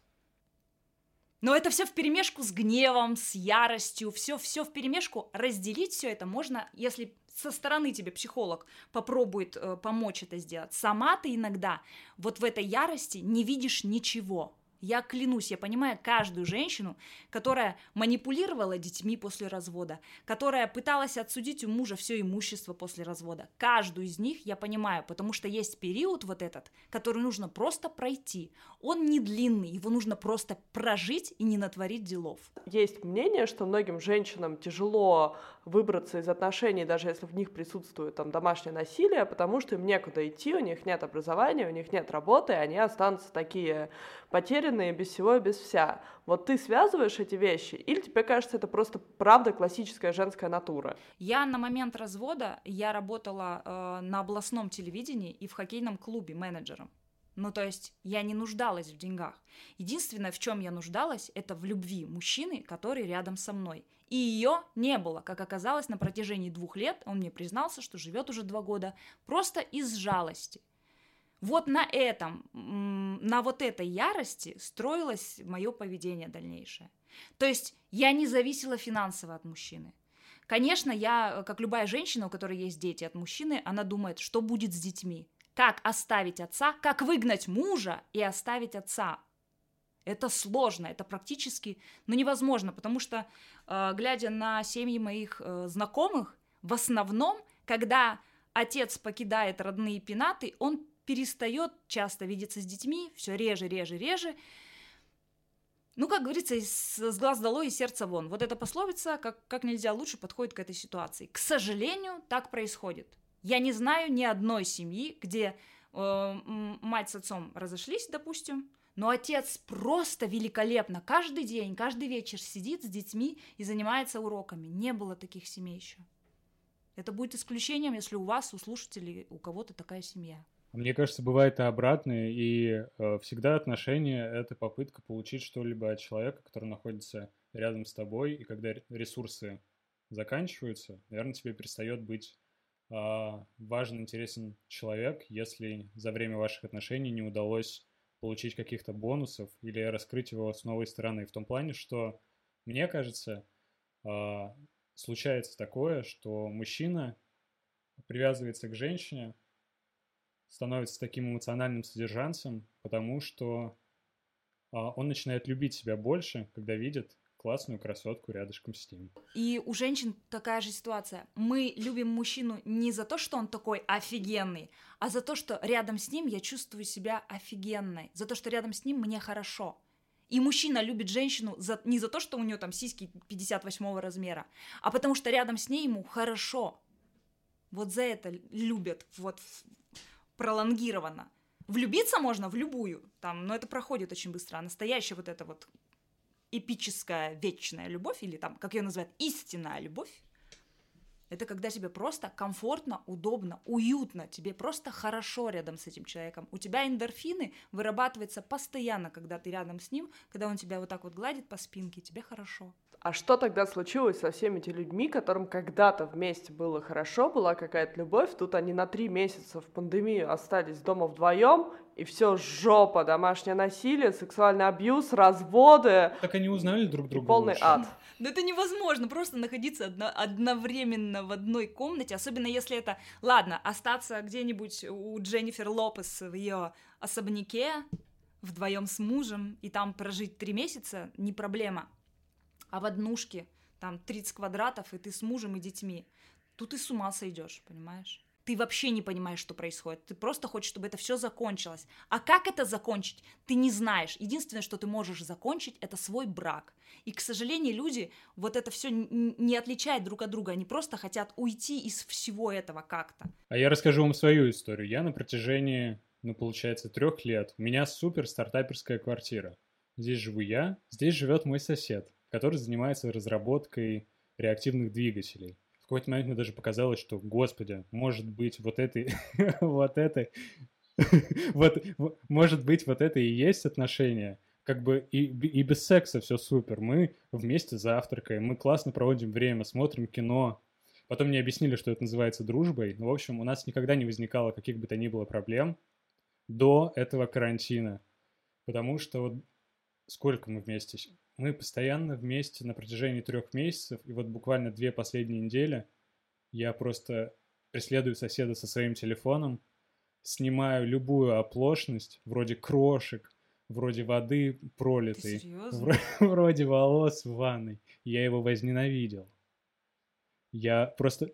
[SPEAKER 3] Но это все вперемешку с гневом, с яростью, все, все вперемешку. Разделить все это можно, если со стороны тебе психолог попробует э, помочь это сделать. Сама ты иногда вот в этой ярости не видишь ничего. Я клянусь, я понимаю каждую женщину, которая манипулировала детьми после развода, которая пыталась отсудить у мужа все имущество после развода. Каждую из них я понимаю, потому что есть период вот этот, который нужно просто пройти. Он не длинный, его нужно просто прожить и не натворить делов.
[SPEAKER 2] Есть мнение, что многим женщинам тяжело выбраться из отношений, даже если в них присутствует там домашнее насилие, потому что им некуда идти, у них нет образования, у них нет работы, и они останутся такие потерянные без всего и без вся. Вот ты связываешь эти вещи, или тебе кажется, это просто правда классическая женская натура?
[SPEAKER 3] Я на момент развода, я работала э, на областном телевидении и в хоккейном клубе менеджером. Ну, то есть я не нуждалась в деньгах. Единственное, в чем я нуждалась, это в любви мужчины, который рядом со мной. И ее не было, как оказалось, на протяжении двух лет. Он мне признался, что живет уже два года, просто из жалости. Вот на этом, на вот этой ярости строилось мое поведение дальнейшее. То есть я не зависела финансово от мужчины. Конечно, я, как любая женщина, у которой есть дети от мужчины, она думает, что будет с детьми. Как оставить отца, как выгнать мужа и оставить отца. Это сложно, это практически ну, невозможно, потому что, э, глядя на семьи моих э, знакомых, в основном, когда отец покидает родные пенаты, он перестает часто видеться с детьми, все реже, реже, реже. Ну, как говорится, с глаз долой и сердца вон. Вот эта пословица как, как нельзя лучше подходит к этой ситуации. К сожалению, так происходит. Я не знаю ни одной семьи, где э, мать с отцом разошлись, допустим, но отец просто великолепно каждый день, каждый вечер сидит с детьми и занимается уроками. Не было таких семей еще. Это будет исключением, если у вас, у слушателей, у кого-то такая семья.
[SPEAKER 4] Мне кажется, бывает и обратное, и э, всегда отношения — это попытка получить что-либо от человека, который находится рядом с тобой, и когда ресурсы заканчиваются, наверное, тебе перестает быть э, важен, интересен человек, если за время ваших отношений не удалось получить каких-то бонусов или раскрыть его с новой стороны. В том плане, что, мне кажется, э, случается такое, что мужчина привязывается к женщине, становится таким эмоциональным содержанцем, потому что а, он начинает любить себя больше, когда видит классную красотку рядышком с ним.
[SPEAKER 3] И у женщин такая же ситуация. Мы любим мужчину не за то, что он такой офигенный, а за то, что рядом с ним я чувствую себя офигенной, за то, что рядом с ним мне хорошо. И мужчина любит женщину за, не за то, что у нее там сиськи пятьдесят восьмого размера, а потому что рядом с ней ему хорошо. Вот за это любят, вот пролонгированно. Влюбиться можно в любую, там, но это проходит очень быстро. А настоящая вот эта вот эпическая вечная любовь, или там, как ее называют, истинная любовь, это когда тебе просто комфортно, удобно, уютно, тебе просто хорошо рядом с этим человеком. У тебя эндорфины вырабатываются постоянно, когда ты рядом с ним, когда он тебя вот так вот гладит по спинке, тебе хорошо.
[SPEAKER 2] А что тогда случилось со всеми этими людьми, которым когда-то вместе было хорошо, была какая-то любовь, тут они на три месяца в пандемию остались дома вдвоем, и все жопа, домашнее насилие, сексуальный абьюз, разводы.
[SPEAKER 4] Так они узнали друг друга
[SPEAKER 2] полный
[SPEAKER 4] лучше.
[SPEAKER 2] ад.
[SPEAKER 3] Да это невозможно, просто находиться одно, одновременно в одной комнате, особенно если это... Ладно, остаться где-нибудь у Дженнифер Лопес в ее особняке вдвоем с мужем и там прожить три месяца не проблема. А в однушке там тридцать квадратов, и ты с мужем и детьми. Тут и с ума сойдешь, понимаешь? Ты вообще не понимаешь, что происходит. Ты просто хочешь, чтобы это все закончилось. А как это закончить, ты не знаешь. Единственное, что ты можешь закончить, это свой брак. И, к сожалению, люди вот это все не отличают друг от друга. Они просто хотят уйти из всего этого как-то.
[SPEAKER 4] А я расскажу вам свою историю. Я на протяжении, ну, получается, трех лет. У меня супер стартаперская квартира. Здесь живу я, здесь живет мой сосед, который занимается разработкой реактивных двигателей. В какой-то момент мне даже показалось, что, господи, может быть, вот это, вот это, вот, может быть, вот это и есть отношения. Как бы и, и без секса все супер. Мы вместе завтракаем, мы классно проводим время, смотрим кино. Потом мне объяснили, что это называется дружбой. Ну, в общем, у нас никогда не возникало каких бы то ни было проблем до этого карантина. Потому что вот сколько мы вместе? Мы постоянно вместе на протяжении трех месяцев, и вот буквально две последние недели я просто преследую соседа со своим телефоном, снимаю любую оплошность, вроде крошек, вроде воды пролитой, вроде, вроде волос в ванной. Я его возненавидел. Я просто...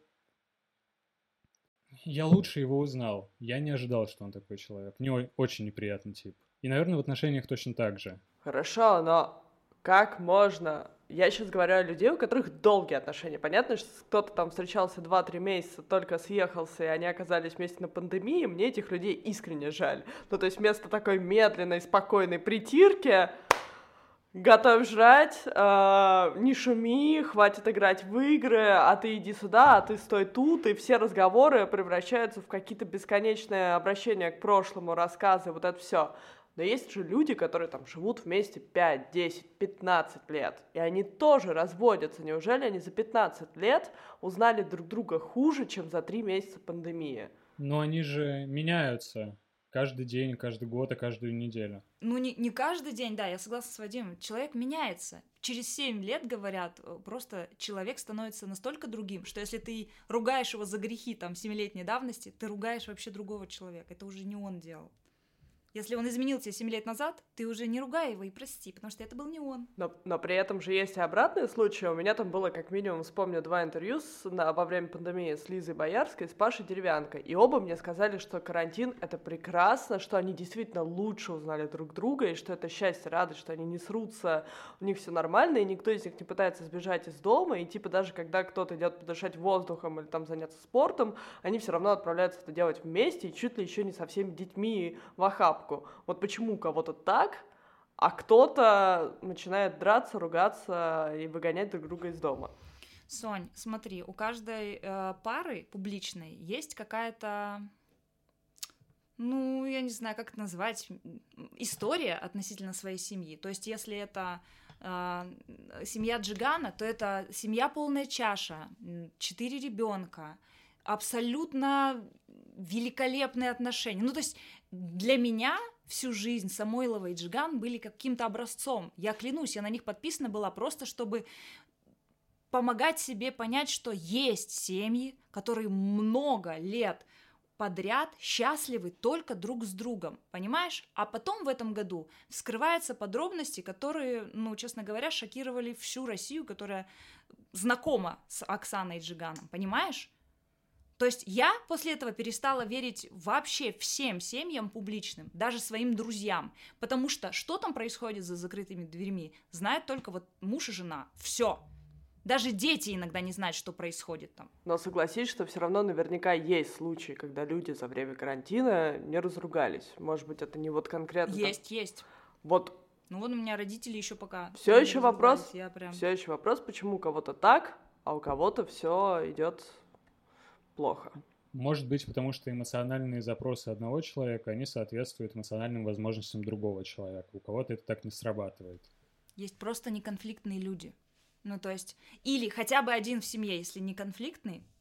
[SPEAKER 4] Я лучше его узнал. Я не ожидал, что он такой человек. Мне очень неприятный тип. И, наверное, в отношениях точно так же.
[SPEAKER 2] Хорошо, но... Как можно... Я сейчас говорю о людей, у которых долгие отношения. Понятно, что кто-то там встречался два-три месяца, только съехался, и они оказались вместе на пандемии. Мне этих людей искренне жаль. Ну, то есть вместо такой медленной, спокойной притирки готовь жрать, э, не шуми, хватит играть в игры, а ты иди сюда, а ты стой тут, и все разговоры превращаются в какие-то бесконечные обращения к прошлому, рассказы, вот это все. Но есть же люди, которые там живут вместе пять, десять, пятнадцать лет, и они тоже разводятся. Неужели они за пятнадцать лет узнали друг друга хуже, чем за три месяца пандемии?
[SPEAKER 4] Но они же меняются каждый день, каждый год и каждую неделю.
[SPEAKER 3] Ну, не, не каждый день, да, я согласна с Вадимом. Человек меняется. Через семь лет, говорят, просто человек становится настолько другим, что если ты ругаешь его за грехи там семилетней давности, ты ругаешь вообще другого человека. Это уже не он делал. Если он изменил тебя семь лет назад, ты уже не ругай его и прости, потому что это был не он.
[SPEAKER 2] Но, но при этом же есть и обратные случаи. У меня там было, как минимум, вспомню, два интервью с, на, во время пандемии с Лизой Боярской и с Пашей Деревянко. И оба мне сказали, что карантин — это прекрасно, что они действительно лучше узнали друг друга, и что это счастье, радость, что они не срутся, у них все нормально, и никто из них не пытается сбежать из дома. И типа даже когда кто-то идет подышать воздухом или там заняться спортом, они все равно отправляются это делать вместе, и чуть ли еще не со всеми детьми в охапку. Вот почему у кого-то так, а кто-то начинает драться, ругаться и выгонять друг друга из дома.
[SPEAKER 3] Сонь, смотри, у каждой э, пары публичной есть какая-то, ну, я не знаю, как это назвать, история относительно своей семьи. То есть, если это э, семья Джигана, то это семья полная чаша, четыре ребенка, абсолютно великолепные отношения. Ну, то есть для меня всю жизнь Самойлова и Джиган были каким-то образцом. Я клянусь, я на них подписана была просто, чтобы помогать себе понять, что есть семьи, которые много лет подряд счастливы только друг с другом, понимаешь? А потом в этом году вскрываются подробности, которые, ну, честно говоря, шокировали всю Россию, которая знакома с Оксаной и Джиганом, понимаешь? То есть я после этого перестала верить вообще всем семьям публичным, даже своим друзьям, потому что что там происходит за закрытыми дверьми, знают только вот муж и жена, все. Даже дети иногда не знают, что происходит там.
[SPEAKER 2] Но согласись, что все равно наверняка есть случаи, когда люди за время карантина не разругались. Может быть, это не вот конкретно...
[SPEAKER 3] Есть,
[SPEAKER 2] там...
[SPEAKER 3] есть.
[SPEAKER 2] Вот.
[SPEAKER 3] Ну вот у меня родители еще пока...
[SPEAKER 2] Все еще вопрос,
[SPEAKER 3] я прям...
[SPEAKER 2] все еще вопрос, почему у кого-то так, а у кого-то все идет плохо.
[SPEAKER 4] Может быть, потому что эмоциональные запросы одного человека, они соответствуют эмоциональным возможностям другого человека. У кого-то это так не срабатывает.
[SPEAKER 3] Есть просто неконфликтные люди. Ну, то есть, или хотя бы один в семье, если не конфликтный,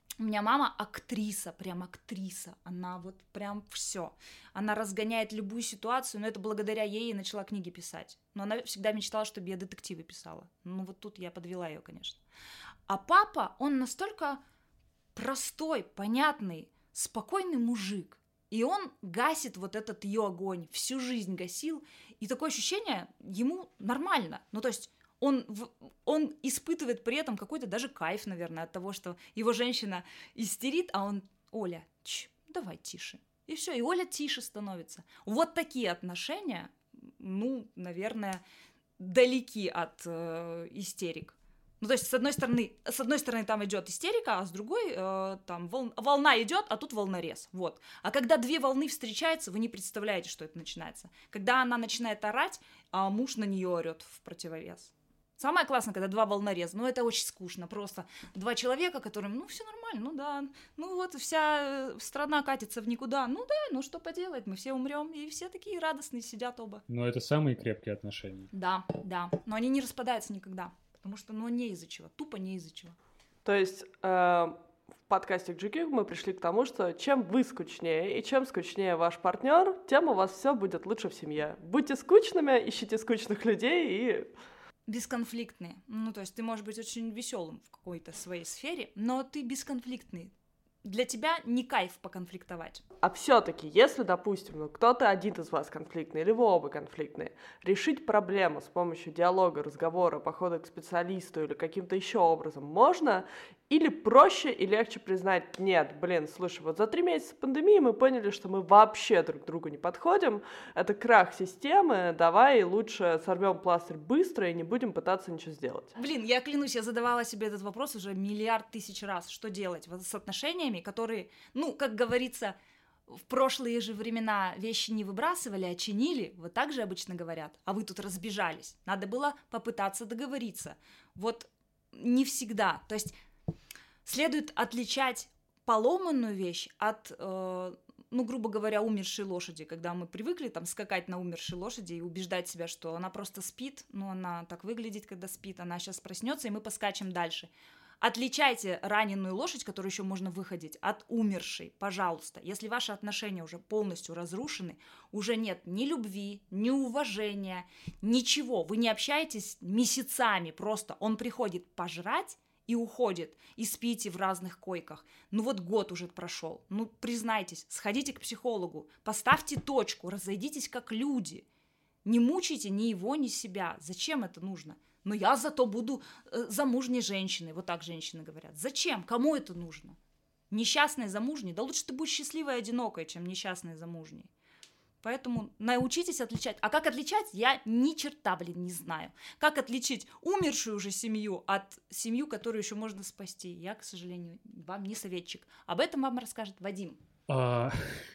[SPEAKER 3] У меня мама актриса, прям актриса, она вот прям все. Она разгоняет любую ситуацию, но это благодаря ей я начала книги писать. Но она всегда мечтала, чтобы я детективы писала. Ну вот тут я подвела ее, конечно. А папа, он настолько простой, понятный, спокойный мужик. И он гасит вот этот ее огонь, всю жизнь гасил. И такое ощущение, ему нормально. Ну то есть... Он, он испытывает при этом какой-то даже кайф, наверное, от того, что его женщина истерит, а он: Оля, ч, давай тише. И все, и Оля тише становится. Вот такие отношения, ну, наверное, далеки от э, истерик. Ну, то есть, с одной стороны, с одной стороны там идет истерика, а с другой э, там вол, волна идет, а тут волнорез. Вот. А когда две волны встречаются, вы не представляете, что это начинается. Когда она начинает орать, а муж на нее орет в противовес. Самое классное, когда два волнореза, ну это очень скучно, просто два человека, которым, ну все нормально, ну да, ну вот вся страна катится в никуда, ну да, ну что поделать, мы все умрем, и все такие радостные сидят оба.
[SPEAKER 4] Но это самые крепкие отношения.
[SPEAKER 3] Да, да, но они не распадаются никогда, потому что, ну не из-за чего, тупо не из-за чего.
[SPEAKER 2] То есть э, в подкасте джи кью мы пришли к тому, что чем вы скучнее и чем скучнее ваш партнер, тем у вас все будет лучше в семье. Будьте скучными, ищите скучных людей и...
[SPEAKER 3] Бесконфликтные. Ну, то есть ты можешь быть очень веселым в какой-то своей сфере, но ты бесконфликтный. Для тебя не кайф поконфликтовать.
[SPEAKER 2] А все-таки, если, допустим, ну, кто-то один из вас конфликтный, или вы оба конфликтные, решить проблему с помощью диалога, разговора, похода к специалисту или каким-то еще образом можно? Или проще и легче признать: нет, блин, слушай, вот за три месяца пандемии мы поняли, что мы вообще друг к другу не подходим, это крах системы, давай лучше сорвем пластырь быстро и не будем пытаться ничего сделать.
[SPEAKER 3] Блин, я клянусь, я задавала себе этот вопрос уже миллиард тысяч раз. Что делать вот с отношениями, которые, ну, как говорится, в прошлые же времена вещи не выбрасывали, а чинили, вот так же обычно говорят, а вы тут разбежались. Надо было попытаться договориться. Вот не всегда, то есть следует отличать поломанную вещь от, э, ну, грубо говоря, умершей лошади, когда мы привыкли там скакать на умершей лошади и убеждать себя, что она просто спит, ну, она так выглядит, когда спит, она сейчас проснется, и мы поскачем дальше. Отличайте раненую лошадь, которую еще можно выходить, от умершей, пожалуйста. Если ваши отношения уже полностью разрушены, уже нет ни любви, ни уважения, ничего, вы не общаетесь месяцами, просто он приходит пожрать и уходит, и спите в разных койках. Ну вот год уже прошел, ну признайтесь, сходите к психологу, поставьте точку, разойдитесь как люди. Не мучайте ни его, ни себя. Зачем это нужно? Но я зато буду э, замужней женщиной, вот так женщины говорят. Зачем? Кому это нужно? Несчастной замужней? Да лучше ты будешь счастливой и одинокой, чем несчастной замужней. Поэтому научитесь отличать. А как отличать, я ни черта, блин, не знаю. Как отличить умершую уже семью от семью, которую еще можно спасти? Я, к сожалению, вам не советчик. Об этом вам расскажет Вадим.
[SPEAKER 4] А,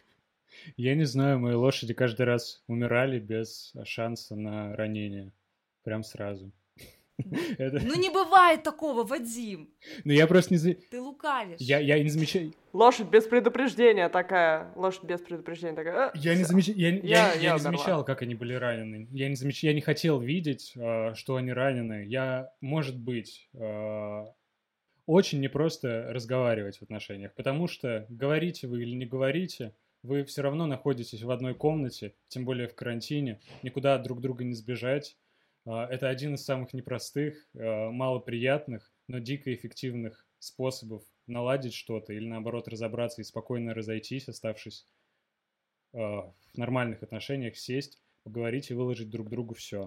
[SPEAKER 4] я не знаю, мои лошади каждый раз умирали без шанса на ранение. Прям сразу.
[SPEAKER 3] Это... Ну не бывает такого, Вадим.
[SPEAKER 4] Ну я просто не...
[SPEAKER 3] Ты лукавишь.
[SPEAKER 4] Я, я не замечаю...
[SPEAKER 2] Лошадь без предупреждения такая. Лошадь без предупреждения такая.
[SPEAKER 4] Я не, замеч... я, я,
[SPEAKER 2] я,
[SPEAKER 4] я, я не замечал, как они были ранены. Я не, замеч... я не хотел видеть, э, что они ранены. Я, может быть, э, очень непросто разговаривать в отношениях, потому что говорите вы или не говорите, вы все равно находитесь в одной комнате, тем более в карантине, никуда от друг друга не сбежать. Это один из самых непростых, малоприятных, но дико эффективных способов наладить что-то или, наоборот, разобраться и спокойно разойтись, оставшись в нормальных отношениях, сесть, поговорить и выложить друг другу все.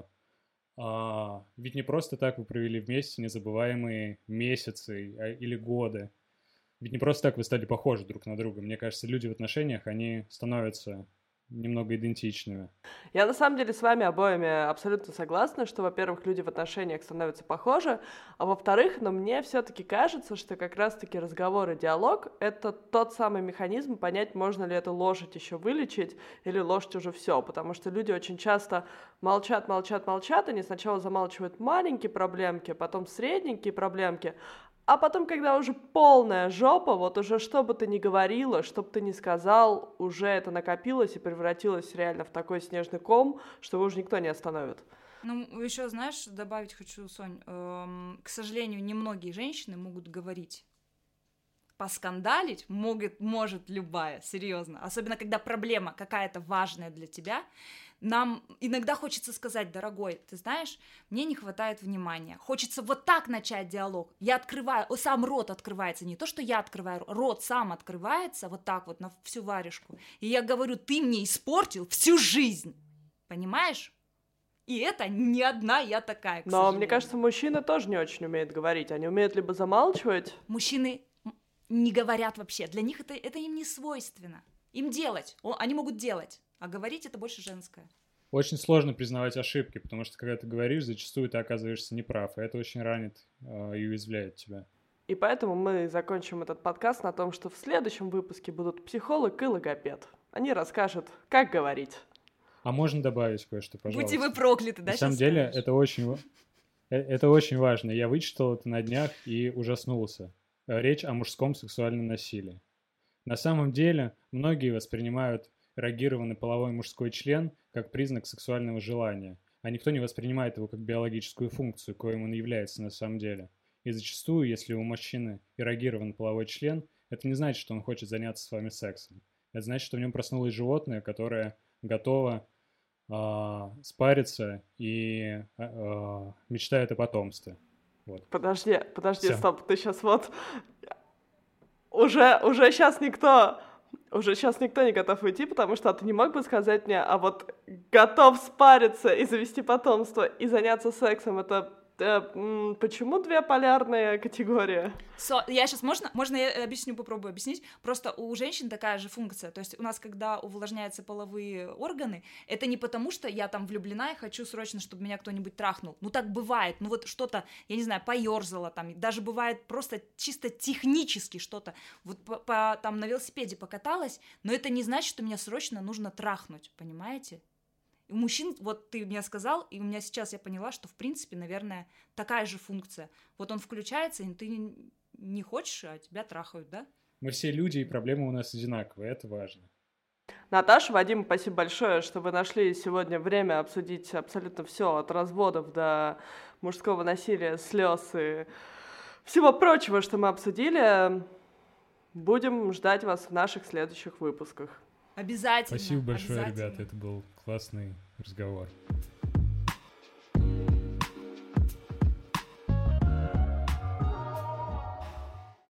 [SPEAKER 4] Ведь не просто так вы провели вместе незабываемые месяцы или годы. Ведь не просто так вы стали похожи друг на друга. Мне кажется, люди в отношениях, они становятся... немного идентичными.
[SPEAKER 2] Я на самом деле с вами обоими абсолютно согласна, что, во-первых, люди в отношениях становятся похожи, а во-вторых, но мне все-таки кажется, что как раз-таки разговор и диалог — это тот самый механизм понять, можно ли эту лошадь еще вылечить или лошадь уже все, потому что люди очень часто молчат, молчат, молчат, они сначала замалчивают маленькие проблемки, потом средненькие проблемки, а потом, когда уже полная жопа, вот уже что бы ты ни говорила, что бы ты ни сказал, уже это накопилось и превратилось реально в такой снежный ком, что его уже никто не остановит.
[SPEAKER 3] Ну, еще, знаешь, добавить хочу, Сонь, эм, к сожалению, немногие женщины могут говорить поскандалить может, может любая, серьезно. Особенно, когда проблема какая-то важная для тебя. Нам иногда хочется сказать: дорогой, ты знаешь, мне не хватает внимания. Хочется вот так начать диалог. Я открываю, сам рот открывается, не то, что я открываю, рот сам открывается вот так вот на всю варежку. И я говорю: ты мне испортил всю жизнь. Понимаешь? И это не одна я такая, к
[SPEAKER 2] Но
[SPEAKER 3] сожалению.
[SPEAKER 2] мне кажется, мужчины тоже не очень умеют говорить. Они умеют либо замалчивать.
[SPEAKER 3] Мужчины не говорят вообще. Для них это, это им не свойственно. Им делать. О, они могут делать. А говорить это больше женское.
[SPEAKER 4] Очень сложно признавать ошибки, потому что когда ты говоришь, зачастую ты оказываешься неправ, и это очень ранит э, и уязвляет тебя.
[SPEAKER 2] И поэтому мы закончим этот подкаст на том, что в следующем выпуске будут психолог и логопед. Они расскажут, как говорить.
[SPEAKER 4] А можно добавить кое-что, пожалуйста?
[SPEAKER 3] Будьте вы прокляты, да?
[SPEAKER 4] На самом деле, скажешь? это очень, это очень важно. Я вычитал это на днях и ужаснулся. Речь о мужском сексуальном насилии. На самом деле, многие воспринимают эрогированный половой мужской член как признак сексуального желания, а никто не воспринимает его как биологическую функцию, коим он является на самом деле. И зачастую, если у мужчины эрогирован половой член, это не значит, что он хочет заняться с вами сексом. Это значит, что в нем проснулось животное, которое готово э, спариться и э, мечтает о потомстве. Вот.
[SPEAKER 2] Подожди, подожди,
[SPEAKER 4] Всё.
[SPEAKER 2] Стоп, ты сейчас вот... Уже, уже сейчас никто... Уже сейчас никто не готов уйти, потому что ты не мог бы сказать мне, а вот готов спариться и завести потомство и заняться сексом, это э, м, почему две полярные категории?
[SPEAKER 3] So, я сейчас, можно, можно я объясню, попробую объяснить? Просто у женщин такая же функция, то есть у нас, когда увлажняются половые органы, это не потому, что я там влюблена и хочу срочно, чтобы меня кто-нибудь трахнул, ну так бывает, ну вот что-то, я не знаю, поёрзала там, даже бывает просто чисто технически что-то, вот по, по, там на велосипеде покаталась, но это не значит, что меня срочно нужно трахнуть, понимаете? У мужчин, вот ты мне сказал, и у меня сейчас я поняла, что, в принципе, наверное, такая же функция. Вот он включается, и ты не хочешь, а тебя трахают, да?
[SPEAKER 4] Мы все люди, и проблемы у нас одинаковые, это важно.
[SPEAKER 2] Наташа, Вадим, спасибо большое, что вы нашли сегодня время обсудить абсолютно все, от разводов до мужского насилия, слез и всего прочего, что мы обсудили. Будем ждать вас в наших следующих выпусках.
[SPEAKER 3] Обязательно.
[SPEAKER 4] Спасибо большое,
[SPEAKER 3] обязательно.
[SPEAKER 4] ребята, это был классный разговор.